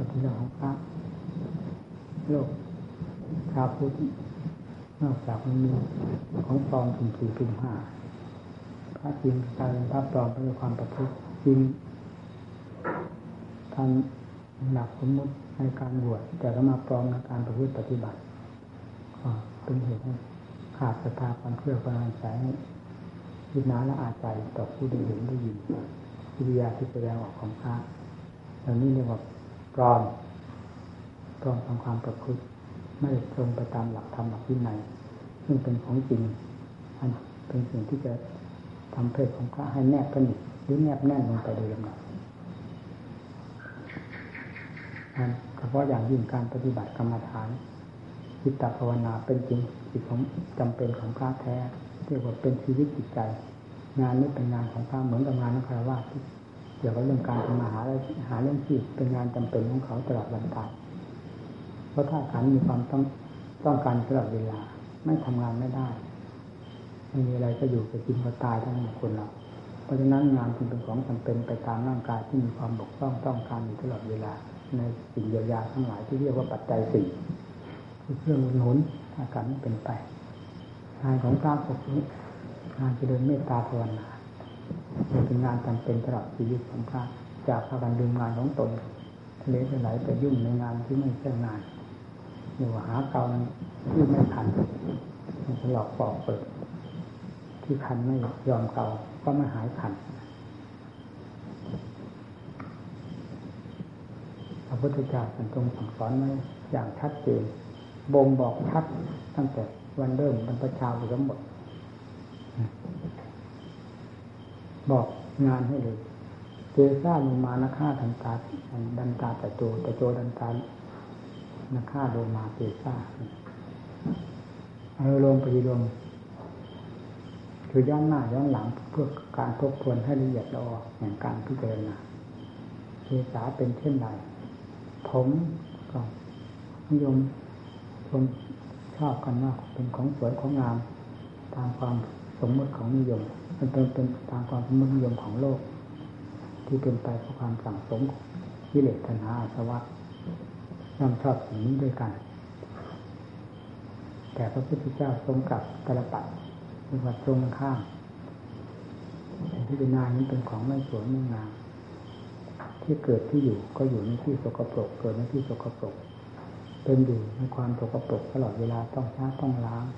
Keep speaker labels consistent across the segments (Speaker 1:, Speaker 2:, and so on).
Speaker 1: ที่เรื่องของพระโลกชาวพุทธนอกจากมันมีของปลอมถึง4ถึง5พระจริงกลายเป็นพระปลอมไปด้วยความประพฤติจริงทำหลักสมมติในการบวชแต่ก็มาปลอมในการประพฤติปฏิบัติก็เป็นเหตุให้ขาดศรัทธาความเชื่อความมั่นใจวิญญาณและอาใจต่อผู้ได้เห็นได้ยินวิทยาที่แสดงออกของพระเหล่านี้เรียกว่าปลอมทางความประพฤติไม่ตรงไปตามหลักธรรมหลักวินัยซึ่งเป็นของจริงอันเป็นสิ่งที่จะทำเพศของพระให้แนบสนิทหรือแนบแน่นลงไปโดยลำดับเฉพาะอย่างยิ่งการปฏิบัติกรรมฐานจิตตภาวนาเป็นจริงสิ่งของจำเป็นของพระแท้เรียกว่าเป็นชีวิตจิตใจงานนี้เป็นงานของพระเหมือนกับงานนักฆราวาสที่เกี่ยวกับเรื่องการทำมาหาเรื่องชีพเป็นงานจำเป็นของเขาตลอดวันตายเพราะถ้าขันมีความต้องการตลอดเวลาไม่ทำงานไม่ได้ไม่มีอะไรก็อยู่ไปกินก็ตายทั้งคนเราเพราะฉะนั้นงานจึงเป็นของจำเป็นไปตามร่างกายที่มีความบกพร่องต้องการอยู่ตลอดเวลาในสิ่งเยียวยาทั้งหลายที่เรียกว่าปัจจัย4คือเครื่องหนุนถ้าขันเป็นไปงานของพระก็คืองานเจริญเมตตาภาวนาเป็นงานจำเป็นตลอดชีวิตของพระจากพากันลืมงานของตนทะเลไหลไปยุ่งในงานที่ไม่ใช่งานอยู่หาเกาที่ไม่ทันมันถลอกปอกเปิดที่คันไม่ยอมเกาก็ไม่หายคันพระพุทธเจ้าทรงสั่งสอนไว้อย่างชัดเจนบ่งบอกชัดตั้งแต่วันเริ่มบรรพชาไปทั้งหมดบอกงานให้เลยเจซ่าลงมานะฆ่าทันตาดันตาแต่โจดันตานะฆ่าลงมาเจซ่าลงไปลงคือย้อนหน้าย้อนหลังเพื่อการทบทวนให้ละเอียดละออแห่งการพิจารณาเจซ่าเป็นเช่นไรผมก็นิยมชมชอบกันว่าเป็นของสวยของงามตามความสมมติของนิยมมันเป็นตามความสมมตินิยมของโลกที่เป็นไปเพราะความสั่งสมกิเลสตัณหาอาสวะย่อมชอบสิ่งนี้ด้วยกันแต่พระพุทธเจ้าทรงกลับตระปัดหรือว่าตรงข้ามที่เป็นนานี้เป็นของไม่สวยไม่งามที่เกิดที่อยู่ก็อยู่ในที่สกปรกเกิดในที่สกปรกเป็นอยู่ในความสกปรกตลอดเวลาต้องช้าต้องล้าง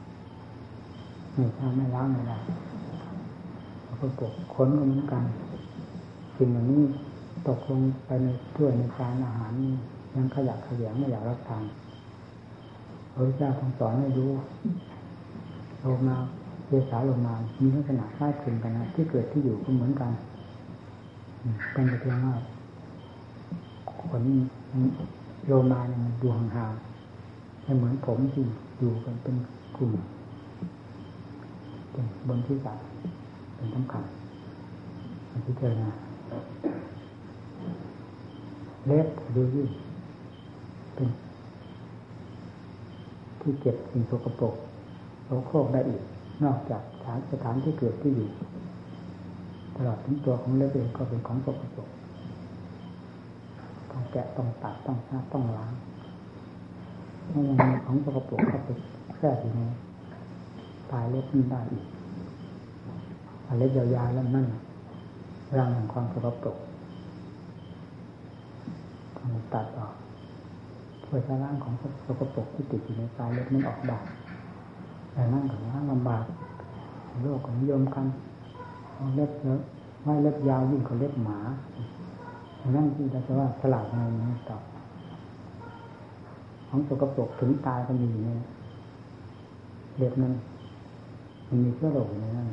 Speaker 1: ถ้าไม่ล้างไม่ได้สกปรกขนก็เหมือนกันสิ่งเหล่านี้ตกลงไปในถ้วยในจานอาหารนี่ยังขยะแขยงไม่อยากรับทานพระพุทธเจ้าทรงสอนให้รู้โลมาเวสาโลมามีลักษณะคล้ายคลึงกันนะที่เกิดที่อยู่ก็เหมือนกันเป็นแต่เพียงว่าคนโลมาเนี่ยมันดูห่างๆไม่เหมือนผมที่อยู่กันเป็นกลุ่มบนที่สัตว์เป็นสำคัญมันพิจารณาเล็บดูดิเป็นที่เก็บสิ่งสกปรกโสโครกได้อีกนอกจากสถานที่เกิดที่อยู่ตลอดถึงตัวของเล็บเองก็เป็นของสกปรกต้องแกะต้องตัดต้องซักต้องล้างเพราะมันมีของสกปรกเข้าไปแทรกอยู่ในปลายเล็บนี่ได้อีกเล็บยาวๆแล้วนั่นรังแห่งความสกปรกต้องตัดออกเพื่อจะล้างของสกปรกที่ติดอยู่ในปลายเล็บนั้นออกได้แต่นั่นก็ล้างลำบากโลกของนิยมกันเล็บเยอะไว้เล็บยาวยิ่งกว่าเล็บหมานั่นที่จะว่าฉลาดในนี้ต่อของสกปรกถึงตายก็มีอยู่ในเล็บนั้นมันมีเชื้อโรคอยู่ในนั้น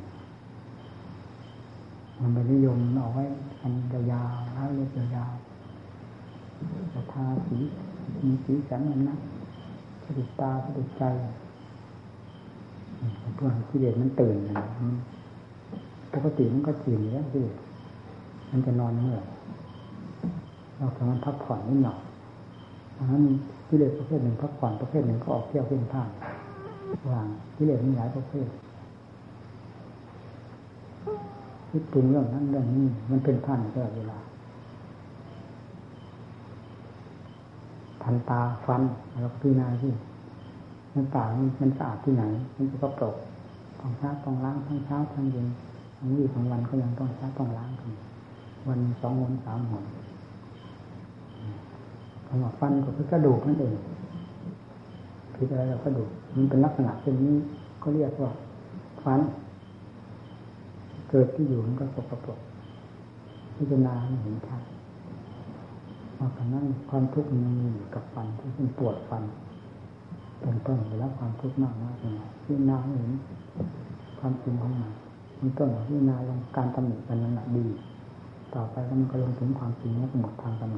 Speaker 1: มันไปนิยมเอาไว้อันยาวๆแล้วเล็บยาวๆแต่ทาสีมีสีสันนั่นนะสะดุดตาสะดุดใจเพื่อกิเลสมันตื่นนะปกติมันก็ตื่นอยู่แล้วกิเลสมันจะนอนเมื่อเราทำมันพักผ่อนนิดหน่อยเพราะฉะนั้นกิเลสประเภทหนึ่งพักผ่อนประเภทหนึ่งก็ออกเที่ยวเพ่นพ่านว่างกิเลสมีหลายประเภทคิดปรุงเรื่องนั้นเรื่องนี้มันเป็นพ่านตลอดเวลาทันตาฟันแล้วพิจารณาที่น้ำตามันสะอาดที่ไหนมันจะก็ปรกต้องล้างต้องล้างทั้งเช้าทั้งเย็นทั้งวี่ทั้งวันก็ยังต้องล้างต้องล้างกันวัน2 หน 3 หนคำว่าฟันก็คือกระดูกนั่นเองผิดอะไรเรากระดูกมันเป็นลักษณะเช่นนี้ก็เรียกว่าฟันเกิดที่อยู่มันก็สกปรกพิจารณาเห็นชัดเพราะฉะนั้นความทุกข์มันมีกับฟันที่เป็นปวดฟันเป็นต้นไปแล้วความทุกข์มากมากเลยพิจารณาเห็นความจริงของมันต้นพิจารณาลงการตำหนิกันนั้นดีต่อไปแล้วมันก็ลงถึงความจริงแล้วก็หมดทางตำหนิ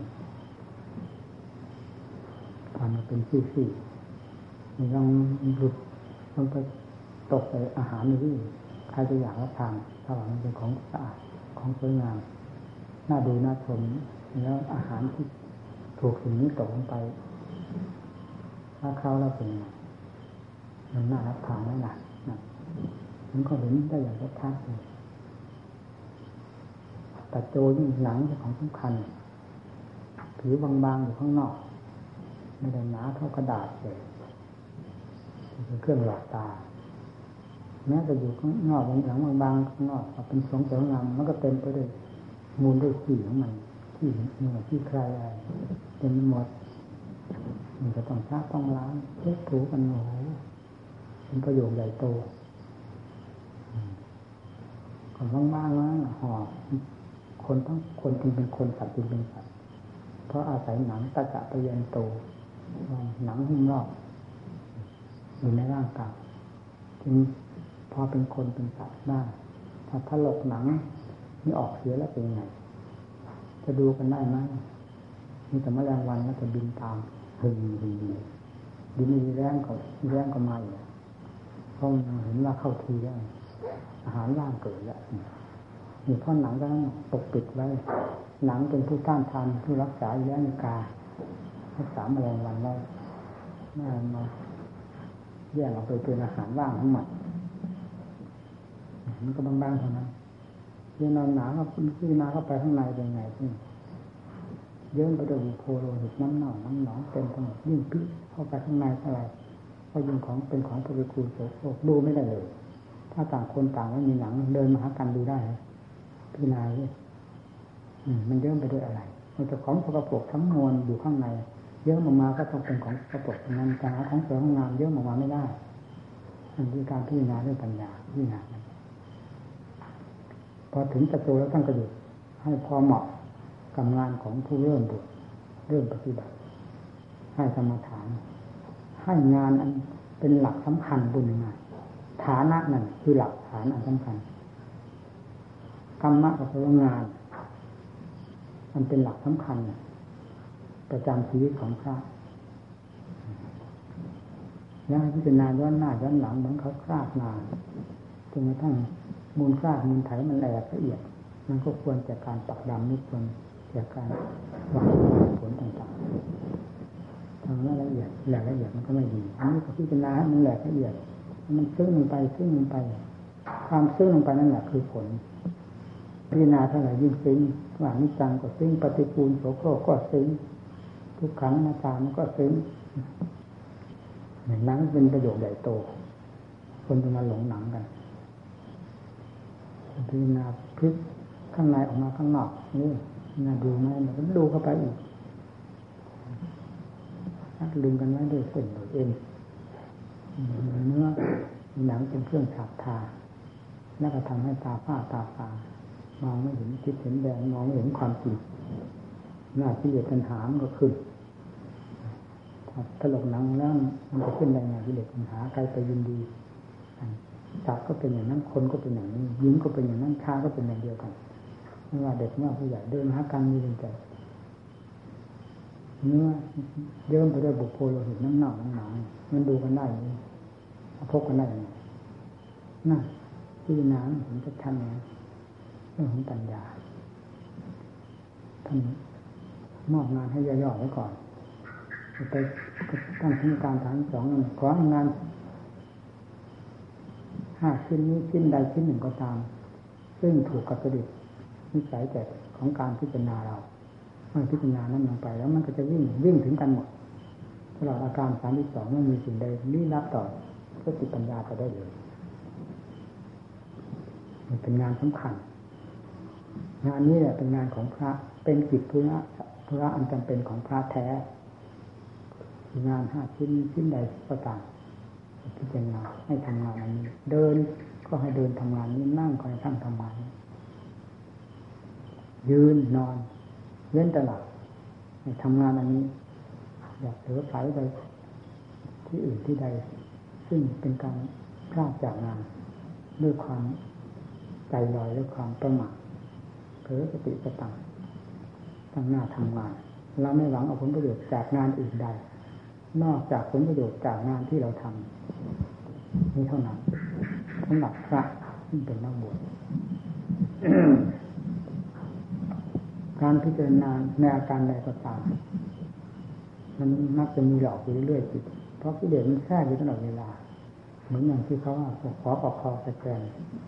Speaker 1: ฟันมันเป็นซี่ๆมันยังหลุดมันไปตกใส่อาหารนี่ใครจะอยากรับทานถ้าว่ามันเป็นของสะอาดของสวยงามน่าดูน่าชมแล้วอาหารที่ถูกสิ่งนี้ตกลงไปถ้าเข้าแล้วเป็นไงมันน่ารับทานไหมล่ะมันก็เห็นได้อย่างชัดเลยแต่โจยิ่งหนังเป็นของสำคัญผิวบางๆอยู่ข้างนอกไม่ได้หนาเท่ากระดาษเลยเป็นเครื่องหลอกตาแม้จะอยู่ข้างนอกหนังบางๆข้างนอกเป็นสวยงามมันก็เต็มไปด้วยมูลด้วยขี้ของมันที่เหนื่อยที่ใครอะไรเต็มหมดมันจะต้องซักต้องล้างเช็ดถูกันโอ้โหเป็นประโยชน์ใหญ่โตก่อนบ้างๆนะห่อคนทั้งคนจึงเป็นคนสัตว์จึงเป็นสัตว์เพราะอาศัยหนังตะกะตะเยนโตหนังหุ้มรอบอยู่ในร่างกายจึงพอเป็นคนเป็นสัตว์ได้ถ้าถลกหนังนี่ออกเสียแล้วเป็นยังไงจะดูกันได้ไหมมีแต่แมลงวันแล้วจะบินตามหึ่งบินแรงก็มาอีกเพราะเห็นว่าเข้าทีแล้วอาหารร่างเกิดแล้วมีท่อนหนังก็นั้นปกปิดไว้หนังเป็นผู้ต้านทานผู้รักษาแย่นิการักษาแมลงวันไว้มาแยกออกไปเป็นอาหารว่างทั้งหมดมันก็บางๆเท่านั้นเยื่อหนาก็พิจารณาเข้าไปข้างในเป็นไงที่เยิ้มไปด้วยโพโลหิตน้ำหนองเต็มไปหมดยิ่งพิเข้าไปข้างในเท่าไหร่ก็ยิ่งของเป็นของปฏิกูลโสโครกดูไม่ได้เลยถ้าต่างคนต่างไม่มีหนังเดินมาหากันดูได้พิจารณามันเยิ้มไปด้วยอะไรมันจะของสกปรกทั้งมวลอยู่ข้างในเยิ้มออกมาก็ต้องเป็นของสกปรกนั้นจะหาของสวยงามเยิ้มออกมาไม่ได้อันนี้การพิจารณาด้วยปัญญาพิจารณาพอถึงจะโตแล้วต้องกระดุให้พอเหมาะกับงานของผู้เริ่มบวชเริ่มปฏิบัติให้กรรมฐานให้งานอันเป็นหลักสำคัญบุญงานฐานะนั่นคือหลักฐานอันสำคัญกรรมะกับงานมันเป็นหลักสำคัญประจำชีวิตของพระแล้วพิจารณาย้อนหน้าย้อนหลังเหมือนเขาคราดมาจนกระทั่งมูลคราดมูลไถมันละเอียดมันก็ควรแก่การปักดำนี่ควรแก่การวางผลต่างๆทางละเอียดมันก็ไม่ดีอันนี้ก็พิจารณาให้มันละเอียดมันซึ้งลงไปความซึ้งลงไปนั่นแหละคือผลพิจารณาเท่าไหร่ยิ่งซึ้งว่านิจังก็ซึ้งปฏิปูลโสโครกก็ซึ้งทุกขังอนัตตามันก็ซึ้งหนังเป็นประโยชน์ใหญ่โตคนจะมาหลงหนังกันพิจารณาพลิกข้างในออกมาข้างนอกนี่น่าดูไหมมันก็ดูเข้าไปอีกดึงกันไว้ด้วยเส้นด้วยเอ็นเนื้อหนังเป็นเครื่องฉาบทาแล้วก็ทำให้ตาผ้าตาฟางมองไม่เห็นคิดเห็นแดงมองไม่เห็นความจริงหน้าที่เดือดปัญหามันก็ขึ้นถลกหนังแล้วมันจะขึ้นได้ไงที่เดือดปัญหาใครไปยินดีจับก็เป็นอย่างนั้นคนก็เป็นอย่างนี้ยิ้มก็เป็นอย่างนั้นชาก็เป็นอย่างเดียวกันไม่ว่าเด็กไม่ว่าผู้ใหญ่เดินหากันมีเป็นใจเนื้อเยิ้มไปด้วยบุคคลโลหิตน้ำหนักมันดูกันได้พบกันได้ยังไงน่ะพิจารณาเห็นชัดๆนะเรื่องของปัญญาท่านมอบงานให้ย่อๆไว้ก่อนไปตั้งคณะการฐาน2ของาน5 ชิ้นนี้ชิ้นใดชิ้นหนึ่งก็ตามซึ่งถูกกับจริตนิสัยแต่ของการพิจารณาเราเมื่อพิจารณานั้นลงไปแล้วมันก็จะวิ่งถึงกันหมดตลอดอาการ32ไม่มีสิ่งใดลี้ลับต่อสติปัญญาไปได้เลยมันเป็นงานสำคัญงานนี้แหละเป็นงานของพระเป็นกิจธุระอันจำเป็นของพระแท้งาน5 ชิ้นใดก็ตามพิจารณาให้ทำงานอันนี้เดินก็ให้เดินทำงานนี้นั่งก็ให้ทั้งทำงานนี้ยืนนอนเว้นแต่หลับให้ทำงานอันนี้อยากเผลอไผลไปที่อื่นที่ใดซึ่งเป็นการพลาดจากงานด้วยความใจลอยด้วยความประมาทเผลอสติสตังตั้งหน้าทำงานเราไม่หวังเอาผลประโยชน์จากงานอื่นใดนอกจากผลประโยชน์จากงานที่เราทำนี้เท่านั้นสำหรับพระที่เป็นนักบวช การพิจารณาในอาการใดก็ตามมันมักจะมีหลอกอยู่เรื่อยๆจิตเพราะกิเลสมันแทรกอยู่ตลอดเวลาเหมือนอย่างที่เขาว่าขอปอกคอสแกน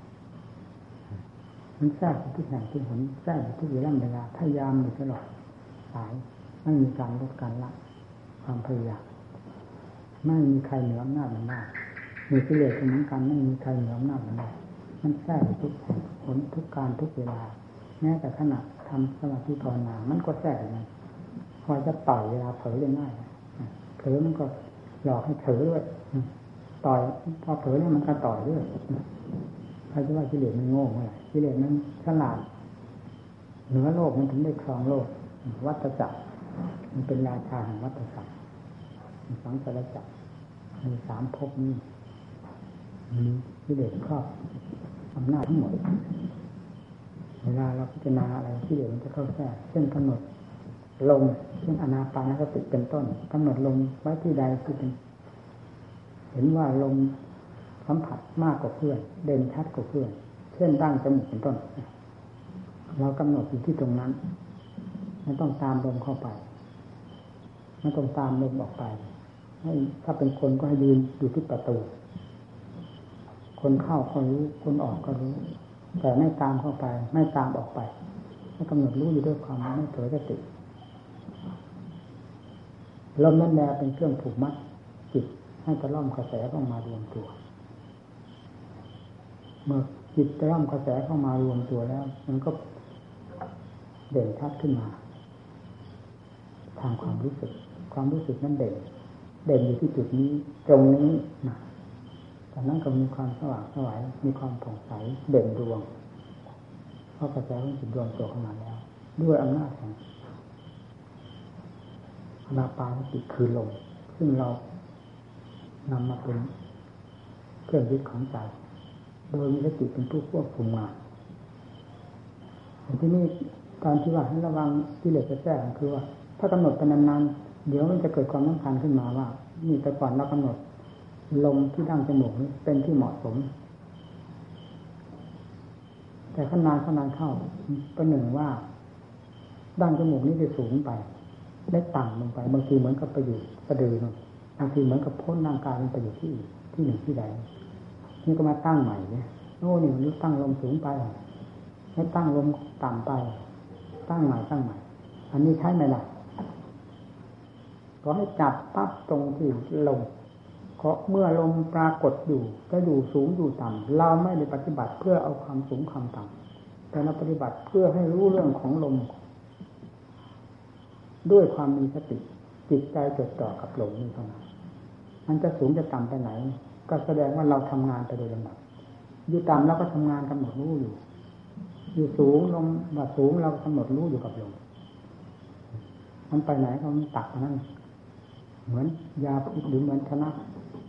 Speaker 1: มันแทรกอยู่ทุกแห่งทุกหนแทรกอยู่ทุกเวลาพยายามอยู่ตลอดสายไม่มีการลดการละความพยายามไม่มีใครเหนืออำนาจมันได้มีกิเลสเหมือนกันไม่มีใครเหนืออำนาจมันได้มันแทรกอยู่ทุกแห่งหนทุกการทุกเวลาแม้แต่ขณะทำสมาธิภาวนามันก็แทรกอย่างนั้นพอจะต่อยเวลาเผลอได้ง่ายเผลอมันก็หลอกให้เผลอด้วยต่อยพอเผลอเนี่ยมันก็ต่อยด้วยใครจะว่ากิเลสมันโง่เมื่อไหร่กิเลสมันฉลาดเหนือโลกมันถึงได้ครองโลกวัฏจักรมันเป็นราชาแห่งวัฏจักรสังสารจักรมี3 ภพนี้มีกิเลสครอบอำนาจทั้งหมดเวลาเราพิจารณาอะไรกิเลสมันจะเข้าแทรกเช่นกำหนดลมเช่นอานาปานสติเป็นต้นกำหนดลมไว้ที่ใดที่เป็นเห็นว่าลมสัมผัสมากกว่าเพื่อนเด่นชัดกว่าเพื่อนเช่นดั้งจมูกเป็นต้นเรากำหนดอยู่ที่ตรงนั้นไม่ต้องตามลมเข้าไปไม่ต้องตามลมออกไปให้ถ้าเป็นคนก็ให้ยืนอยู่ที่ประตูคนเข้าก็รู้คนออกก็รู้แต่ไม่ตามเข้าไปไม่ตามออกไปให้กำหนดรู้อยู่ด้วยความไม่เผลอสติลมนั่นแหละเป็นเครื่องผูกมัดจิตให้ตะล่อมกระแสเข้ามารวมตัวเมื่อจิตตะล่อมกระแสเข้ามารวมตัวแล้วมันก็เด่นชัดขึ้นมาทางความรู้สึกนั้นเด่นอยู่ที่จุดนี้ตรงนี้นะจากนั้นก็มีความสว่างสวายมีความผ่องใสเด่นดวงเพราะกระแสของจิตรวมตัวเข้ามาแล้วด้วยอำนาจแห่งอานาปานสติคือลมซึ่งเรานำมาเป็นเครื่องยึดของใจโดยมีสติเป็นผู้ควบคุมงานที่นี่การที่ว่าให้ระวังกิเลสจะแทรกคือว่าถ้ากำหนดไปนานๆเดี๋ยวมันจะเกิดความสำคัญขึ้นมาว่านี่แต่ก่อนเรากำหนดลมที่ดั้งจมูกนี้เป็นที่เหมาะสมแต่ขนานเข้าประหนึ่งว่าดั้งจมูกนี้จะสูงไปได้ต่ำลงไปบางทีเหมือนกับไปอยู่สะดือเนาะบางทีเหมือนกับพ้นร่างกายมันไปอยู่ที่หนึ่งที่ใดนี่ก็มาตั้งใหม่เนี่ยโน่นี่มันตั้งลมสูงไปให้ตั้งลมต่ำไปตั้งใหม่อันนี้ใช่ไหมล่ะก็ให้จับปั๊บตรงที่ลมเพราะเมื่อลมปรากฏอยู่จะอยู่สูงอยู่ต่ำเราไม่ได้ปฏิบัติเพื่อเอาความสูงความต่ำแต่เราปฏิบัติเพื่อให้รู้เรื่องของลมด้วยความมีสติจิตใจจดจ่อกับลมนี้เท่านั้นมันจะสูงจะต่ำไปไหนก็แสดงว่าเราทำงานไปโดยลำดับอยู่ต่ำเราก็ทำงานกำหนดรู้อยู่สูงลมว่าสูงเรากำหนดรู้อยู่กับลมมันไปไหนก็มันตักนั่นเหมือนยาพิษหรือเหมือนชนะ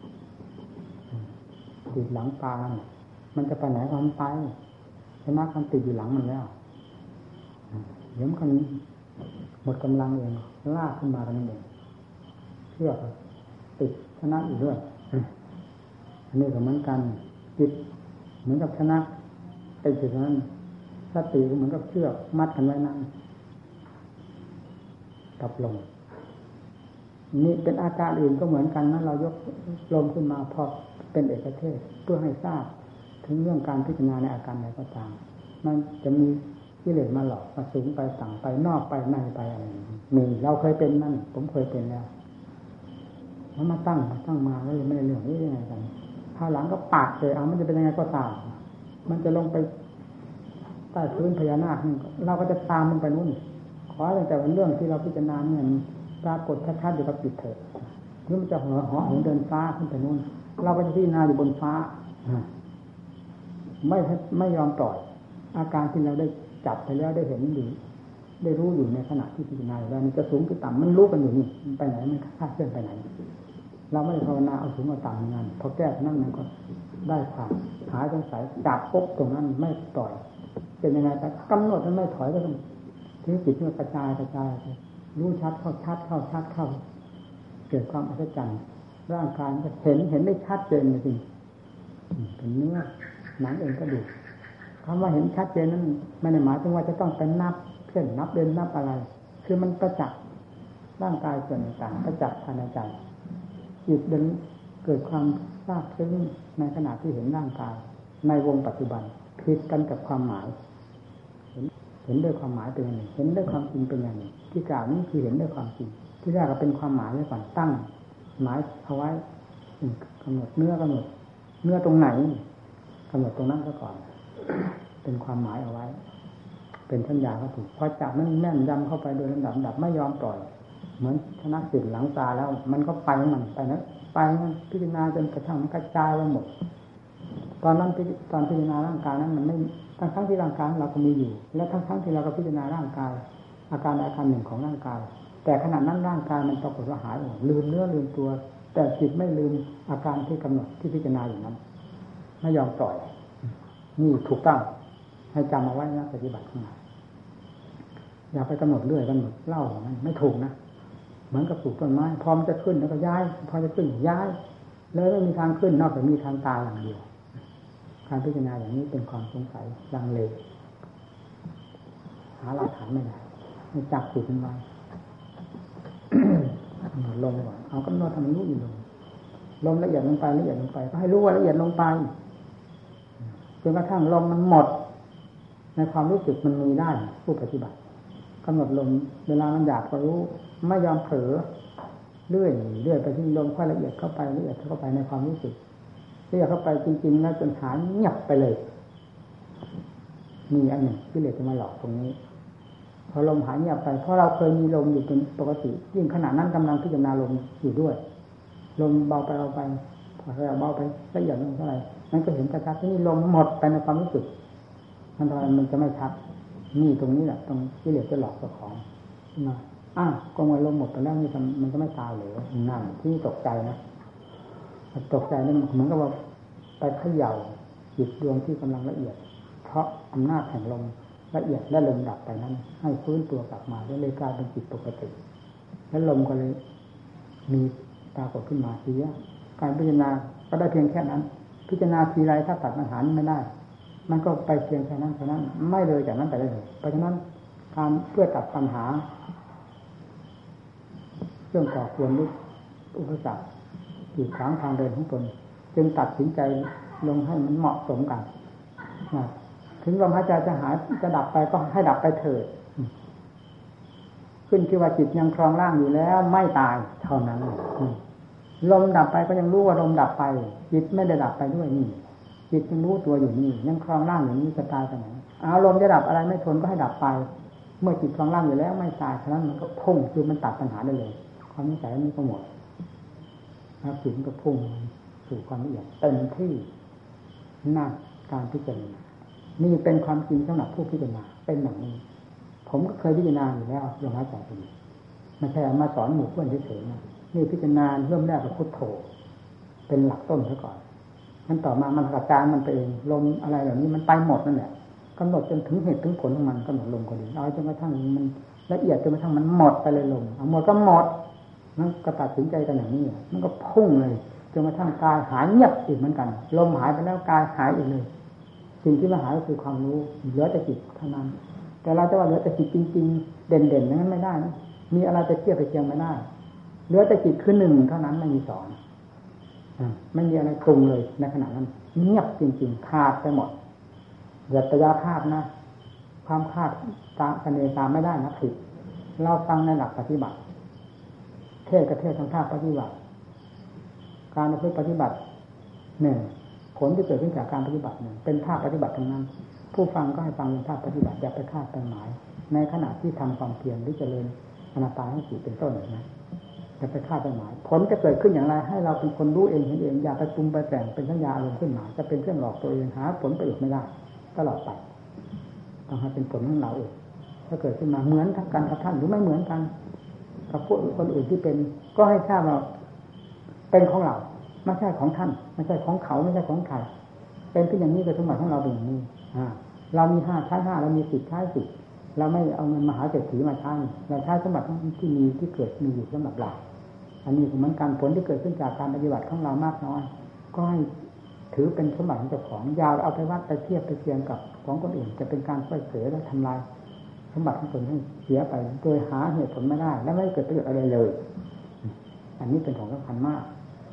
Speaker 1: ติดหลังปลามันจะไปไหนก็มันไปชนะมันติดอยู่หลังมันแล้วเดี๋ยวมันหมดกำลังเองลากขึ้นมากันนั่นเองเชือกติดชนะอยู่ด้วยอันนี้ก็เหมือนกันติดเหมือนกับชนะติดอยู่นั้นสติก็เหมือนกับเชือกมัดกันไว้นั่นกับลมนี่เป็นอาการอื่นก็เหมือนกันนะเรายกลมขึ้นมาพอเป็นเอกเทศเพื่อให้ทราบถึงเรื่องการพิจารณาในอาการใดก็ตามมันจะมีกิเลสมาหลอกมาสูงไปต่ำไปนอกไปในไปอะไรมีเราเคยเป็นนั่นผมเคยเป็นแล้วมันมาตั้งมาแล้วยังไม่ได้เรื่องนี้ยังไงกันข้าวหลังก็ปาดเลยเอามันจะเป็นยังไงก็ตามมันจะลงไปใต้พื้นพญานาคเราก็จะตามมันไปนู่นขอแต่เรื่องที่เราพิจารณาเนี่ยปรากฏชัดๆอยู่กับจิตเถอะนี่มันจะเหาะเดินฟ้าขึ้นไปนู่นเราก็จะพิจารณาอยู่บนฟ้าไม่ยอมปล่อยอาการที่เราได้จับไปแล้วได้เห็นอยู่ได้รู้อยู่ในขณะที่พิจารณาแล้วมันจะสูงหรือต่ำมันรู้กันอยู่นี่มันไปไหนมันคาดเคลื่อนไปไหนเราไม่ได้ภาวนาเอาสูงเอาต่ำงานพอแก้นั่นมันก็ได้ความหายสงสัยจับปุ๊บตรงนั้นไม่ปล่อยเป็นยังไงแต่กำหนดมันไม่ถอยก็ต้องที่จิตมันกระจายรู้ชัดเข้าเกิดความอัศจรรย์ร่างกายก็เห็นได้ชัดเจนจริงเป็นเนื้อหนังเองก็ดูคำว่าเห็นชัดเจนนั้นไม่ได้หมายถึงว่าจะต้องไปนับเช่นนับเดินนับอะไรคือมันประจักษ์ร่างกายส่วนต่างๆประจักษ์ภายในใจจิตเดินเกิดความทราบซึ้งในขณะที่เห็นร่างกายในวงปัจจุบันผิดกันกับความหมายเห็นด้วยความหมายเป็นอย่างหนึ่งเห็นด้วยความจริงเป็นอย่างหนึ่งที่กล่าวนี้คือเห็นด้วยความจริงที่แรกก็เป็นความหมายไว้ก่อนตั้งหมายเอาไว้กำหนดเนื้อตรงไหนกำหนดตรงนั้นซะก่อนเป็นความหมายเอาไว้เป็นสัญญาก็ถูกพอจับมันแม่นยำเข้าไปโดยลำดับไม่ยอมปล่อยเหมือนชนะสิทธิ์หลังตาแล้วมันก็ไปมันพิจารณาจนกระทั่งมันกระจายไปหมดตอนพิจารณาร่างกายนั้นมันไม่ทั้งที่ร่างกายเราก็มีอยู่และทั้งที่เราก็พิจารณาร่างกายอาการหนึ่งของร่างกายแต่ขณะนั้นร่างกายมันปรากฏว่าหายหมดลืมเนื้อลืมตัวแต่จิตไม่ลืมอาการที่กำหนดที่พิจารณาอย่างนั้นไม่ยอมปล่อยนี่ถูกต้องให้จำเอาไว้นะปฏิบัติข้างในอย่าไปกำหนดเรื่อยกำหนดเล่าอย่างนั้นไม่ถูกนะเหมือนกับปลูกต้นไม้พอมันจะขึ้นแล้วก็ย้ายพอจะขึ้นย้ายเลยไม่มีทางขึ้นนอกจากมีทางตายอย่างเดียวการพิจารณาอย่างนี้เป็นความสงสัยลังเลหาหลักฐานไม่ได้ให้จับจิตมันไว้ลงก่อนเอากำหนดทำมันรู้อยู่ลมละเอียดลงไปก็ให้รู้ว่าละเอียดลงไปจนกระทั่งลมมันหมดในความรู้สึกมันมีได้ผู้ปฏิบัติกำหนดลมเวลามันอยากก็รู้ไม่ยอมเผลอเรื่อยไปที่ลมค่อยละเอียดเข้าไปในความรู้สึกละเอียดเข้าไปจริงๆแล้วจนหายเงียบไปเลยมีอันหนึ่งที่เหลือจะมาหลอกตรงนี้พอลมหายเงียบไปเพราะเราเคยมีลมอยู่เป็นปกติยิ่งขณะนั้นกำลังพิจารณาลมอยู่ด้วยลมเบาไปพอเราเบาไปละเอียดลงเท่าไหร่มันก็เห็นชัดๆที่นี่ลมหมดไปในความรู้สึกมันทำไมมันจะไม่ชัดนี่ตรงนี้แหละตรงที่เหลือจะหลอกเจ้าของมาก็เมื่อลมหมดไปแล้วนี่มันก็ไม่ตายเลยนั่นที่ตกใจนะตกใจนั่นเหมือนกับว่าไปเขย่าจิตดวงที่กำลังละเอียดเพราะอำนาจแห่งลมละเอียดและลมดับไปนั้นให้ฟื้นตัวกลับมาแล้วเลยกลายเป็นจิตปกติแล้วลมก็เลยมีปรากฏขึ้นมาทีนี้การพิจารณาก็ได้เพียงแค่นั้นพิจารณาทีไรถ้าตัดปัญหาไม่ได้มันก็ไปเพียงแค่นั้นเท่านั้นไม่เลยจากนั้นไปได้เลยเพราะฉะนั้นการเพื่อตัดปัญหาเรื่องก่อควรลุกอุปสรรคกีดขวางทางเดินของตนจึงตัดสินใจลงให้มันเหมาะสมกันถึงลมหายใจจะหายจะดับไปก็ให้ดับไปเถิดขึ้นที่ว่าจิตยังครองร่างอยู่แล้วไม่ตายเท่านั้นลมดับไปก็ยังรู้ว่าลมดับไปจิตไม่ได้ดับไปด้วยนี่จิตยังรู้ตัวอยู่นี่ยังครองร่างอยู่นี่จะตายไปไหนอารมณ์จะดับอะไรไม่ทนก็ให้ดับไปเมื่อจิตครองร่างอยู่แล้วไม่ตายฉะนั้นมันก็พุ่งคือมันตัดปัญหาได้เลยความนิสัยมันก็หมดแล้วจิตมันก็พุ่งสู่ความละเอียดเต็มที่หน้าการพิจารณานี่เป็นความจริงสำหรับผู้พิจารณาเป็นอย่างนี้ผมก็เคยพิจารณาอยู่แล้วลมหายใจพอดีไม่ใช่เอามาสอนหมู่เพื่อนเฉยๆนะนี่พิจารณาเริ่มแรกกับพุทโธเป็นหลักต้นซะก่อนมันต่อมามันกระจายมันไปเองลมอะไรเหล่านี้มันไปหมดนั่นแหละกำหนดจนถึงเหตุถึงผลของมันกำหนดลมก็ดีเอาจนกระทั่งมันละเอียดจนกระทั่งมันหมดไปเลยลมเอาหมดก็หมดมันก็ตัดสินใจกันอย่างนี้มันก็พุ่งเลยจนกระทั่งกายหายเงียบอีกเหมือนกันลมหายไปแล้วกายหายอีกเลยสิ่งที่มาหายก็คือความรู้เหลือแต่จิตเท่านั้นแต่เราจะว่าเหลือแต่จิตจริงๆเด่นๆนั้นไม่ได้นะมีอะไรจะเทียบไปเทียงไม่ได้เหลือแต่จิตคือหนึ่งเท่านั้นไม่มีสองไม่มีอะไรปรุงเลยในขณะนั้นเงียบจริงๆขาดไปหมดอย่าตยาภาพนะความคาดตามกันเองตามไม่ได้นะผิดเราฟังในหลักปฏิบัติเทศกับเทศทางภาคปฏิบัติการปฏิบัติหนึ่งผลที่เกิดขึ้นจากการปฏิบัติหนึ่งเป็นภาคปฏิบัติทั้งนั้นผู้ฟังก็ให้ฟังเป็นภาคปฏิบัติอย่าไปคาดไปหมายในขณะที่ทำความเพียรหรือเจริญอนาปานสติเป็นต้นนะอย่าไปคาดไปหมายผลจะเกิดขึ้นอย่างไรให้เราเป็นคนรู้เองเห็นเองอย่าไปปรุงไปแต่งเป็นสัญญาอารมณ์ขึ้นมาจะเป็นเครื่องหลอกตัวเองหาผลประโยชน์ไม่ได้ตลอดไปต้องให้เป็นผลของเราเองถ้าเกิดขึ้นมาเหมือนกันกับท่านหรือไม่เหมือนกันกับพวกคนอื่นที่เป็นก็ให้ทราบว่าเป็นของเราไม่ใช่ของท่านไม่ใช่ของเขาไม่ใช่ของใครเป็นที่อย่างนี้คือสมบัติของเราเป็นอย่างนี้เรามี5ใช้5เรามี10ใช้10เราไม่เอาเงินมหาเศรษฐีมาใช้เราใช้สมบัติที่มีที่เกิดมีอยู่สำหรับเราอันนี้เหมือนกันผลที่เกิดขึ้นจากการปฏิบัติของเรามากน้อยก็ให้ถือเป็นสมบัติของเจ้าของยาวเอาไปวัดไปเทียบไปเทียงกับของคนอื่นจะเป็นการช่วยเสียและทำลายสมบัติของตนให้เสียไปโดยหาเหตุผลไม่ได้และไม่เกิดประโยชน์อะไรเลยอันนี้เป็นของสำคัญมาก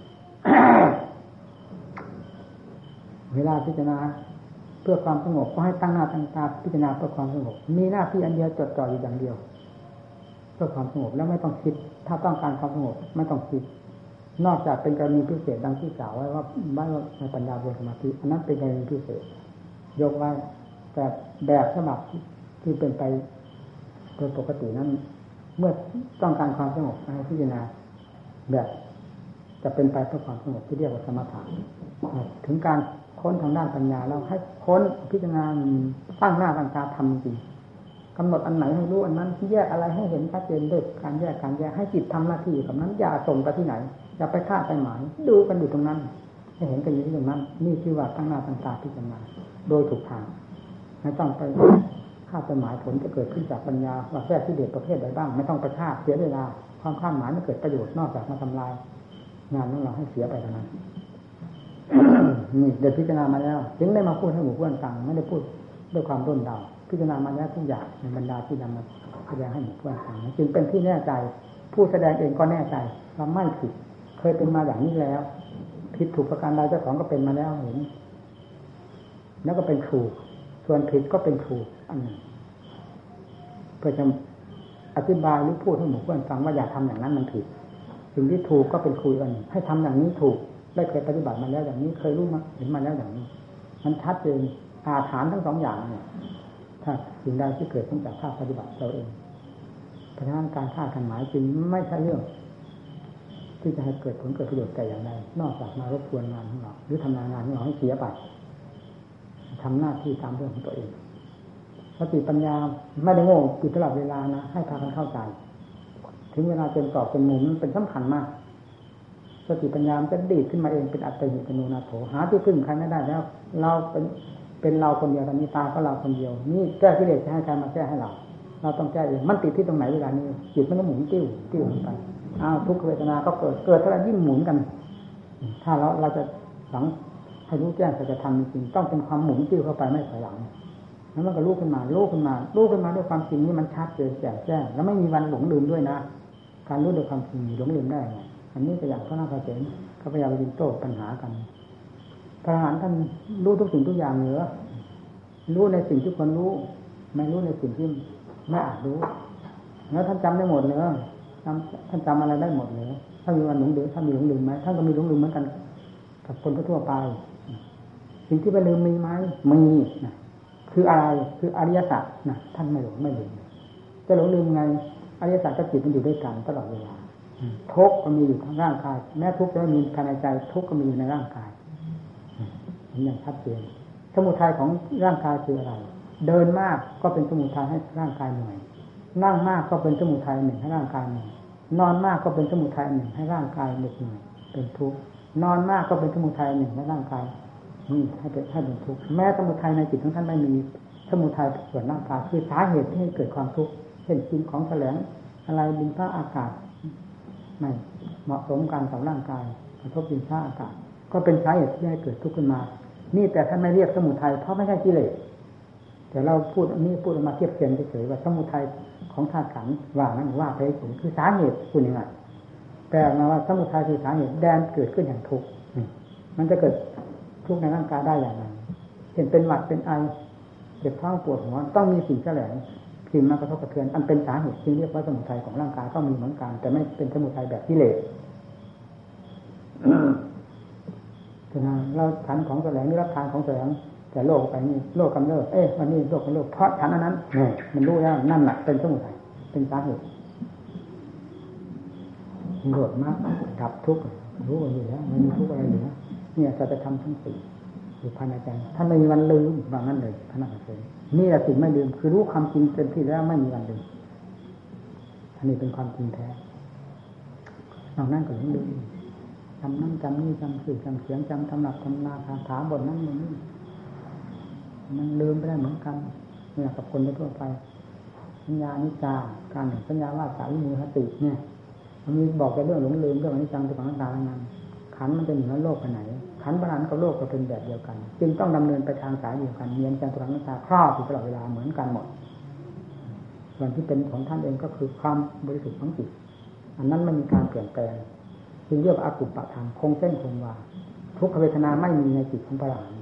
Speaker 1: เวลาพิจารณาเพื่อความสงบก็ให้ตั้งหน้าตั้งตาพิจารณาเพื่อความสงบมีหน้าที่อันเดียวจดจ่ออยู่อย่างเดียวเพื่อความสงบแล้วไม่ต้องคิดถ้าต้องการความสงบไม่ต้องคิดนอกจากเป็นกรณีพิเศษดังที่กล่าวไว้ว่าในปัญญาบนสมาธิอันนั้นเป็นกรณีพิเศษยกไว้แต่แบบฉบับที่เป็นไปโดยปกตินั้นเมื่อต้องการความสงบให้พิจารณาแบบจะเป็นไปเพื่อความสงบที่เรียกว่าสมถะถึงการค้นทางด้านปัญญาแล้วให้ค้นพิจารณาตั้งหน้าตั้งตาทำจริงกำหนดอันไหนให้รู้อันนั้นแยกอะไรให้เห็นชัดเจนด้วยการแยกให้จิตทำหน้าที่กับนั้นอย่าส่งไปที่ไหนอย่าไปคาดไปหมายดูกันอยู่ตรงนั้นให้เห็นกันอยู่ที่ตรงนั้นนี่คือว่าตั้งหน้าตั้งตาพิจารณาโดยถูกทางไม่ต้องไปคาดไปหมายผลจะเกิดขึ้นจากปัญญาว่าแค่ที่เด็ดประเภทใดบ้างไม่ต้องไปคาดเสียเวลาความคาดหมายไม่เกิดประโยชน์นอกจากมาทำลายงานของเราให้เสียไปเท่านั้น นี่เดี๋ยวพิจารณามาแล้วถึงได้มาพูดให้หมู่เพื่อนฟังไม่ได้พูดด้วยความร่นเดาพิจารณามาแล้วทุกอย่างในบรรดาที่นำมาแสดงให้หมู่เพื่อนฟังจึงเป็นที่แน่ใจผู้แสดงเองก็แน่ใจว่าไม่ผิดเคยเป็นมาอย่างนี้แล้วผิดถูกประการใดเจ้าของก็เป็นมาแล้วเห็นแล้วก็เป็นถูกส่วนผิดก็เป็นถูกอันหนึ่งเพื่อจะอธิบายหรือพูดให้หมู่เพื่อนฟังว่าอย่าทำอย่างนั้นมันผิดสิ่งที่ถูกก็เป็นคุยกันให้ทำอย่างนี้ถูกได้เคยปฏิบัติมาแล้วอย่างนี้เคยรู้มาเห็นมาแล้วอย่างนี้มันชัดเจนอาถรรพ์ทั้งสองอย่างเนี่ยถ้าสิ่งใดที่เกิดขึ้นจากภาคปฏิบัติเราเองเพราะฉะนั้นการคาดกันหมายจึงไม่ใช่เรื่องที่จะให้เกิดผลเกิดประโยชน์แต่อย่างใดนอกจากมารบกวนงานของเราหรือทำงานของเราให้เสียไปทำหน้าที่ตามเรื่องของตัวเองสติปัญญาไม่ได้โง่อยู่ตลอดเวลานะให้พากันเข้าใจถึงเวลาเป็นกรอบเป็นมุมมันเป็นสำคัญมากสติปัญญาจะดีดขึ้นมาเองเป็นอัตติเป็นโนนาโถหาที่พึ่งใครไม่ได้แล้วเราเป็นเราคนเดียวตอนนี้ตาก็เราคนเดียวนี่แก้กิเลสจะให้ใครมาแก้ให้เราต้องแก้เองมันติดที่ตรงไหนเวลานี้จิตมันก็หมุนติ้วไปทุกขเวทนาก็เกิดเท่าไหร่ยิ่งหมุนกันถ้าเราจะหลังให้รู้แจ้งจะทำจริงต้องเป็นความหมุนติ้วเข้าไปไม่ถอยหลังแล้วมันก็รู้ขึ้นมาด้วยความจริงนี่มันชัดเจนแจ่มแจ้งแล้วไม่มีวันหลงลืมด้วยนะการรู้ด้วยความจริงหลงลืมได้ไงอันนี้ก็อย่างพระนาคเษนเขาพยายามไปโต้ปัญหากันพระอรหันต์ท่านรู้ทุกสิ่งทุกอย่างเหนือรู้ในสิ่งที่ควรรู้ไม่รู้ในสิ่งที่ไม่อาจรู้แล้วท่านจำได้หมดเลยท่านจำอะไรได้หมดเลยถ้ามีวันหลงลืมท่านมีหลงลืมไหมท่านก็มีหลงลืมเหมือนกันกับคนทั่วไปสิ่งที่ไปลืมมีไหมมีนะคืออะไรคืออริยสัจนะท่านไม่หลงไม่ลืมจะหลงลืมไงอริยสัจกับจิตมันอยู่ด้วยกันตลอดเวลาทุกข์ก็มีอยู่ทั้งร่างกายแม้ทุกข์จะไม่มีภายในใจทุกข์ก็มีอยู่ในร่างกายนี่อย่างชัดเจนสมุทัยของร่างกายคืออะไรเดินมากก็เป็นสมุทัยให้ร่างกายเหนื่อยนั่งมากก็เป็นสมุทัยหนึ่งให้ร่างกายเหนื่อยนอนมากก็เป็นสมุทัยหนึ่งให้ร่างกายเหนื่อยเป็นทุกข์นอนมากก็เป็นสมุทัยหนึ่งให้ร่างกายให้เป็นทุกข์แม้สมุทัยในจิตของท่านไม่มีสมุทัยส่วนร่างกายคือสาเหตุที่ให้เกิดความทุกข์เช่นกินของแสลงอะไรดินฟ้าอากาศไม่เหมาะสมกันกับร่างกายกระทบดินฟ้าอากาศก็เป็นสาเหตุที่ให้เกิดทุกข์ขึ้นมานี่แต่ท่านไม่เรียกสมุทัยเพราะไม่ใช่กิเลสแต่เราพูดออกมาเทียบเทียงเฉยๆว่าสมุทัยของธาตุขันธ์ว่านั้นว่าไปเฉยคือสาเหตุคุณยังไงแต่มาว่าสมุทัยคือสาเหตุแดนเกิดขึ้นอย่างทุกข์มันจะเกิดทุกข์ในร่างกายได้อย่างไรเช่นเป็นหวัดเป็นไอเจ็บท้องปวดหัวต้องมีสิ่งแสลงสิ่งมากระทบกระเทือนอันเป็นสาเหตุจึงเรียกว่าสมุทัยของร่างกายก็มีเหมือนกันแต่ไม่เป็นสมุทัยแบบกิเลสนะเราฉันของแสลงนี่รับทานของแสลงแต่โลกไปนี่โลกกำเริบวันนี้โลกกำเริบเพราะฉันอันนั้นเนี่ยมันรู้แล้วนั่นแหละเป็นสมุทัยเป็นสาเหตุโกรธมากดับทุกข์รู้กันอยู่แล้วไม่มีทุกข์อะไรเหลือเนี่ยจะทำทั้งสี่อยู่ภายในใจท่านไม่มีวันลืมว่างั้นเลยท่านอาจารย์นี่แหละสิ่งไม่ลืมคือรู้ความจริงเต็มที่แล้วไม่มีวันลืมอันนี้เป็นความจริงแท้นอกนั้นก็ยังลืมจำนั่นจำนี่จำสื่อจำเสียงจำตำหนักตำนาคาถาบทนั้นบทนี้มันลืมไปได้เหมือนกันเนี่ยกับคนทั่วไปสัญญานิจจาการสัญญาว่าสาวิมุขติเนี่ยมันมีบอกแต่เรื่องหลงลืมเรื่องอนิจจังทุกขังอนัตตาทั้งนั้นขันมันจะหนีโลกไปไหนขันบาลานซ์กับโลกก็เป็นแบบเดียวกันจึงต้องดำเนินไปทางสายเดียวกันเนียนจังทุกขังอนัตตาครอบอยู่ตลอดเวลาเหมือนกันหมดส่วนที่เป็นของท่านเองก็คือความบริสุทธิ์ของจิตอันนั้นไม่มีการเปลี่ยนแปลงจึงเรียกว่าอกุปปะธรรมคงเส้นคงวาทุกขเวทนาไม่มีในจิตของพระอรหันต์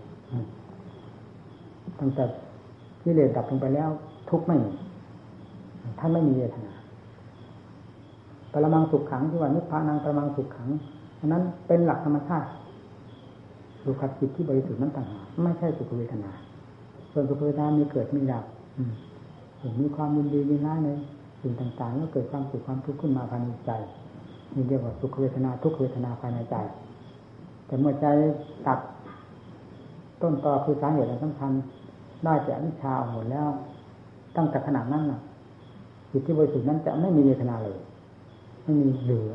Speaker 1: ตั้งแต่กิเลสดับลงไปแล้วทุกข์ไม่มีท่านไม่มีเวทนาปรมังสุขขังที่ว่านิพพานังปรมังสุขขังอันนั้นเป็นหลักธรรมชาติสุขจิตที่บริสุทธิ์นั้นต่างหากไม่ใช่สุขเวทนาส่วนสุขเวทนามีเกิดมีดับมีความยินดียินร้ายในสิ่งต่างๆแล้วเกิดความสุขความทุกข์ขึ้นมาภายในใจนี่เรียกว่าสุขเวทนาทุกขเวทนาภายในใจแต่เมื่อใจตัดต้นตอคือสาเหตุสำคัญได้แต่อวิชชาหมดแล้วตั้งแต่ขนาดนั้นน่ะจิตที่บริสุทธิ์นั้นจะไม่มีเวทนาเลยไม่มีเหลือ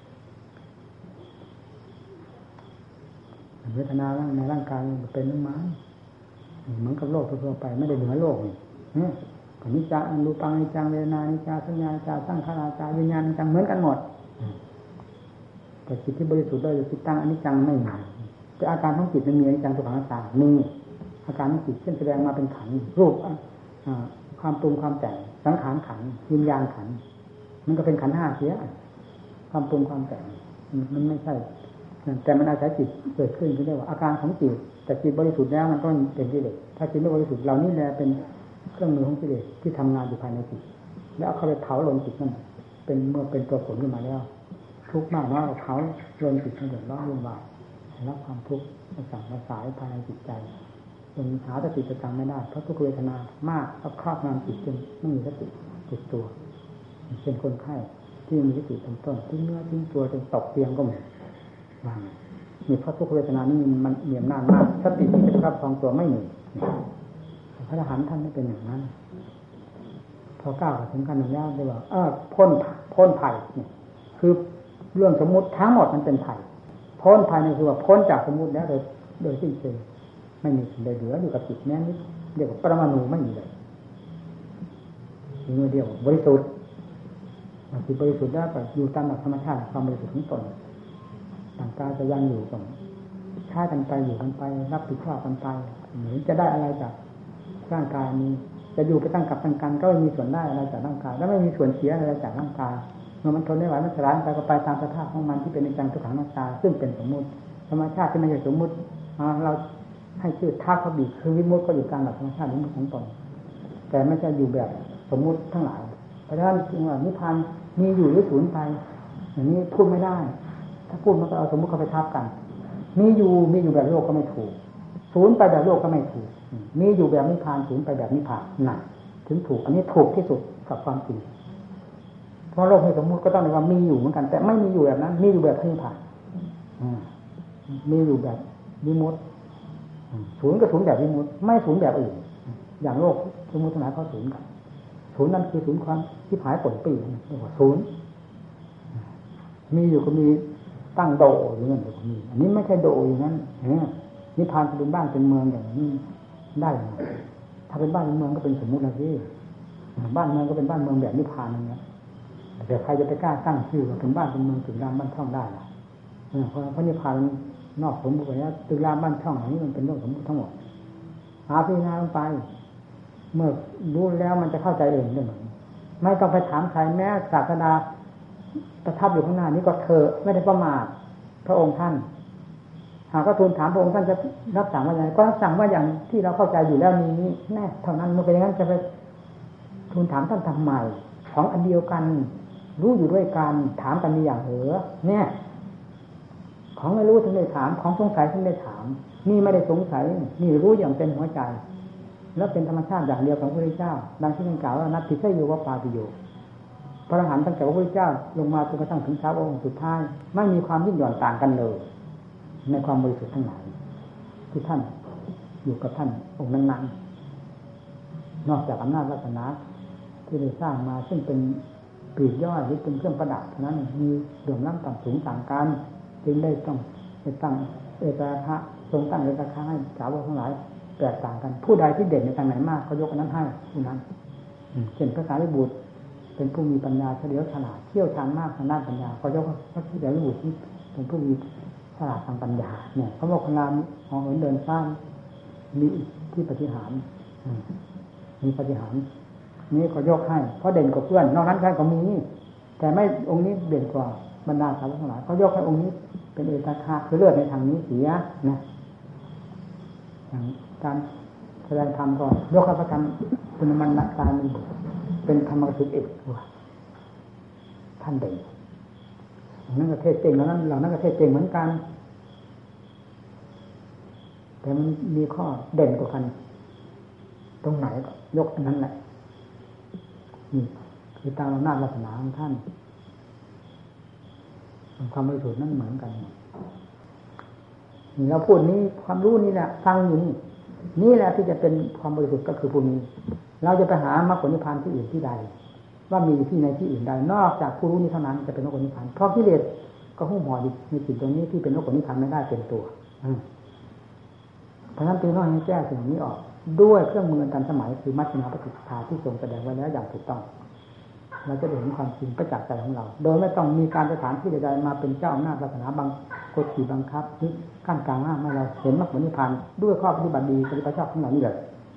Speaker 1: เวทนาในร่างกายเป็นน้ำมันเหมือนกับโลกทั่วไปไม่ได้เหนือโลกนี่อนิจจารูปังอนิจจังเวทนาอนิจจาสัญญาอนิจจาสังขารจาวิญญาณอนิจจังเหมือนกันหมดแต่จิตที่บริสุทธิ์ได้จิตตั้งอนิจจังไม่มีแต่อาการของจิตมันมีอนิจจังทุกขังอนัตตามีอาการของจิตเช่นแสดงมาเป็นขันธ์รูปความปรุงความแต่งสังขารขันธ์วิญญาณขันธ์มันก็เป็นขันธ์ห้าเสียความปรุงความแต่งมันไม่ใช่แต่มันอาศัยจิตเกิดขึ้นก็เรียกว่าอาการของจิตแต่จิตบริสุทธิ์แล้วมันก็เป็นกิเลสถ้าจิตไม่บริสุทธิ์เหล่านี้แหละเป็นเครื่องมือของกิเลสที่ทำงานอยู่ภายในจิตแล้วเอาเข้าไปเผาลนจิตนั่นเป็นเมื่อเป็นตัวผลขึ้นมาแล้วทุกข์มากน้อยเผาลนจิตให้เดือดร้อนวุ่นวายรับความทุกข์สั่งมาสายภายในจิตใจจนหาสติประจำไม่ได้เพราะทุกเวทนามากก็ครอบงำจิตจนไม่มีสติติดตัวเป็นคนไข้ที่มีสติต้นต้นทิ้งเนื้อทิ้งตัวจนตกเตียงก็มีว่ามีเพราะทุกเวทนานี่มันมีอำนาจมากสติที่จะประคับครองตัวไม่มีพระอรหันต์ท่านไม่เป็นอย่างนั้นพอก้าวถึงขั้นนั้นแล้วได้ว่าพ้นภัยนี่คือเรื่องสมมุติทั้งหมดมันเป็นภัยพ้นภัยนี่คือว่าพ้นจากสมมุติแล้วโดยสิ้นเชิงไม่มีสิ่งใดเหลืออยู่กับจิตแม้นิดเรียกว่าปรมาณูไม่มีเลยมีเดียวบริสุทธิ์จิตบริสุทธิ์ได้แบบอยู่ตามหลักธรรมชาติความบริสุทธิ์ของตนต่างกายจะยังอยู่กันฆ่ากันไปอยู่กันไปรับผิดชอบกันไปหรือจะได้อะไรจากร่างกายนี้จะอยู่ไปตั้งกับตั้งกันก็ไม่มีส่วนได้อะไรจากร่างกายและไม่มีส่วนเสียอะไรจากร่างกายเมื่อมันทนไม่ไหวมันสลายไปก็ไปตามสภาพของมันที่เป็นอนิจจังทุกขังอนัตตาซึ่งเป็นสมมุติธรรมชาติที่ไม่ใช่สมมุติเราให้ชื่อท่าเขาบีคือวิมุตติก็อยู่ตามหลักธรรมชาตินี้ของตนแต่ไม่ใช่อยู่แบบสมมุติทั้งหลายเพราะฉะนั้นจึงว่านิพพานมีอยู่หรือสูญไปอย่างนี้พูดไม่ได้ถ้าพูดมันก็เอาสมมุติเข้าไปทับกันมีอยู่แบบโลกก็ไม่ถูกสูญไปแบบโลกก็ไม่ถูกมีอยู่แบบนิพพานสูญไปแบบนิพพานนั่นถึงถูกอันนี้ถูกที่สุดกับความจริงเพราะโลกให้สมมุติก็ต้องเรียกว่ามีอยู่เหมือนกันแต่ไม่มีอยู่แบบนั้นมีอยู่แบบนิพพานมีอยู่แบบวิมุตติศูนย์ก็ศูนย์แบบวิมุตติไม่ศูนย์แบบอื่นอย่างโลกสมมุติทั้งหลายเขาศูนย์กันศูนย์นั้นคือศูนย์ความที่หายผลปีเรียกว่าศูนย์มีอยู่ก็มีตั้งโดอยู่นั่นก็มีอันนี้ไม่ใช่โดอยู่นั้นนิพพานเป็นบ้านเป็นเมืองอย่างนี้ได้ถ้าเป็นบ้านเป็นเมืองก็เป็นสมมุตินะพี่บ้านเมืองก็เป็นบ้านเมืองแบบนิพพานนั่นแหละแต่ใครจะไปกล้าตั้งชื่อว่าเป็นบ้านเป็นเมืองตึกรามบ้านช่องได้ล่ะเพราะนิพพานนอกสมมุติไปแล้วตึกรามบ้านช่องอย่างนี้มันเป็นเรื่องสมมุติทั้งหมดหาพิจารณาลงไปเมื่อรู้แล้วมันจะเข้าใจเองได้เหมือนไม่ต้องไปถามใครแม้ศาสดาประทับอยู่ข้างหน้านี้ก็เธอไม่ได้ประมาทพระองค์ท่านหากว่าทูลถามพระองค์ท่านจะรับสั่งว่าอย่างไรก็รับสั่งว่าอย่างที่เราเข้าใจอยู่แล้วนี้แน่เท่านั้นเมื่อเป็นอย่างนั้นจะไปทูลถามท่านทำไมของอันเดียวกันรู้อยู่ด้วยกันถามกันมีอย่างเนี่ยของไม่รู้ถึงได้ถามของสงสัยถึงได้ถามนี่ไม่ได้สงสัยนี่รู้อย่างเต็มหัวใจแล้วเป็นธรรมชาติอย่างเดียวของพระพุทธเจ้าดังที่ท่านกล่าวว่านัตถิเสยโยวปาปิโยพระอรหันต์ตั้งแต่พระพุทธเจ้าลงมาจนกระทั่งถึงเช้าองค์สุดท้ายไม่มีความยิ่งหย่อนต่างกันเลยในความบริสุทธิ์ทั้งหลายที่ท่านอยู่กับท่านองค์นั้นๆนอกจากอำนาจวาสนาที่ได้สร้างมาซึ่งเป็นปลีกย่อยหรือเป็นเครื่องประดับเท่านั้นมีเรื่องล้ำต่ำสูงต่างกันจึงได้ต้องตั้งเอกราคะทรงตั้งเอกราคะให้สาวกทั้งหลายแตกต่างกันผู้ใดที่เด่นในทางไหนมากก็ยกอันนั้นให้ผู้นั้นเช่นพระสารีบุตรเป็นผู้มีปัญญาเฉลียวฉลาดเชี่ยวชาญมากทางด้านปัญญาก็ยกพระสารีบุตรที่เป็นผู้มีฉลาดทางปัญญาเนี่ยพระโมคคัลลาของเหินเดินสร้างมีที่ปฏิหารมีปฏิหารนี้ก็ยกให้เพราะเด่นกว่าเพื่อนนอกนั้นใครก็มีแต่ไม่องค์นี้เด่นกว่าบรรดาสาวกทั้งหลายก็ยกให้องค์นี้เป็นเอกราคะคือเลือดในทางนี้เสียนะอย่างการแสดงธรรมก็ยกให้พระธรรมคุณมันตามีเป็นธรรมกสุเอกว่าท่านเด่นนั่นก็เทศเก่งแล้วนั้นเรานั่นก็เทศเก่งเหมือนกันแต่มันมีข้อเด่นกว่ากันตรงไหนก็ยกอันนั้นแหละนี่คือตามอำนาจวาสนาของท่านความบริสุทธิ์นั่นเหมือนกันเราพูดนี้ความรู้นี่แหละฟังอยู่นี่แหละที่จะเป็นความบริสุทธิ์ก็คือผู้นี้เราจะไปหามรรคผลนิพพานที่อื่นที่ใดว่ามีที่ในที่อื่นใดนอกจากผู้รู้นี้เท่านั้นจะเป็นมรรคผลนิพพานเพราะกิเลสก็หุ้มห่ออยู่ในจิตตรงนี้ที่เป็นมรรคผลนิพพานไม่ได้เป็นตัวเพราะฉะนั้นจึงต้องให้แก้สิ่งนี้ออกด้วยเครื่องมือทันสมัยคือมัชฌิมาปฏิปทาที่ทรงแสดงไว้แล้วอย่างถูกต้องเราจะเห็นความจริงประจักษ์ใจของเราโดยไม่ต้องมีการสถานที่ใดๆมาเป็นเจ้าอำนาจศาสนาบังกดขี่บังคับนี่ขั้นกลางหน้าให้เราเห็นมรรคผลนิพพานด้วยข้อปฏิบัติดีปฏิบัติชอบของเรานี่แหละ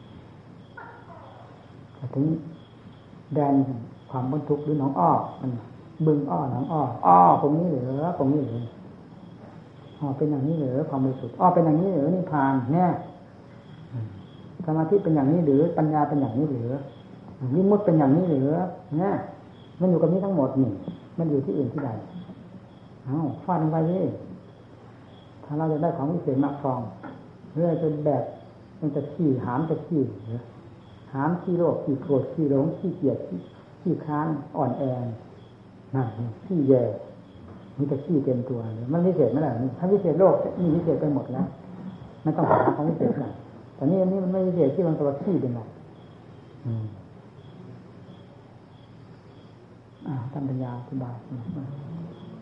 Speaker 1: ถึงแดนความบรรทุกหรือหนองอ้อมันบึงอ้อหนองอ้อตรงนี้เหรอตรงนี้เหรออ้อเป็นอย่างนี้เหรอความบริสุทธิ์อ้อเป็นอย่างนี้เหรอนิพพานเนี่ยสมาธิเป็นอย่างนี้หรือปัญญาเป็นอย่างนี้หรือวิมุตติเป็นอย่างนี้หรือเนี่ยมันอยู่กับนี้ทั้งหมดนี่มันอยู่ที่อื่นที่ใดฟาดลงไปนี่ถ้าเราจะได้ของวิเศษมาครองเรื่อยจนแบบมันจะขี้หามจะขี้หามขี้โรคขี้โกรธขี้หลงขี้เกียจขี้ค้านอ่อนแอนั่นขี้แย่มันจะขี้เต็มตัวเลยมันวิเศษไม่ได้ถ้าวิเศษโลกมีวิเศษไปหมดแล้วไม่ต้องหาของวิเศษหรอกแต่นี่มันไม่วิเศษที่มันตัวขี้เป็นไงท่านปัญญาอธิบาย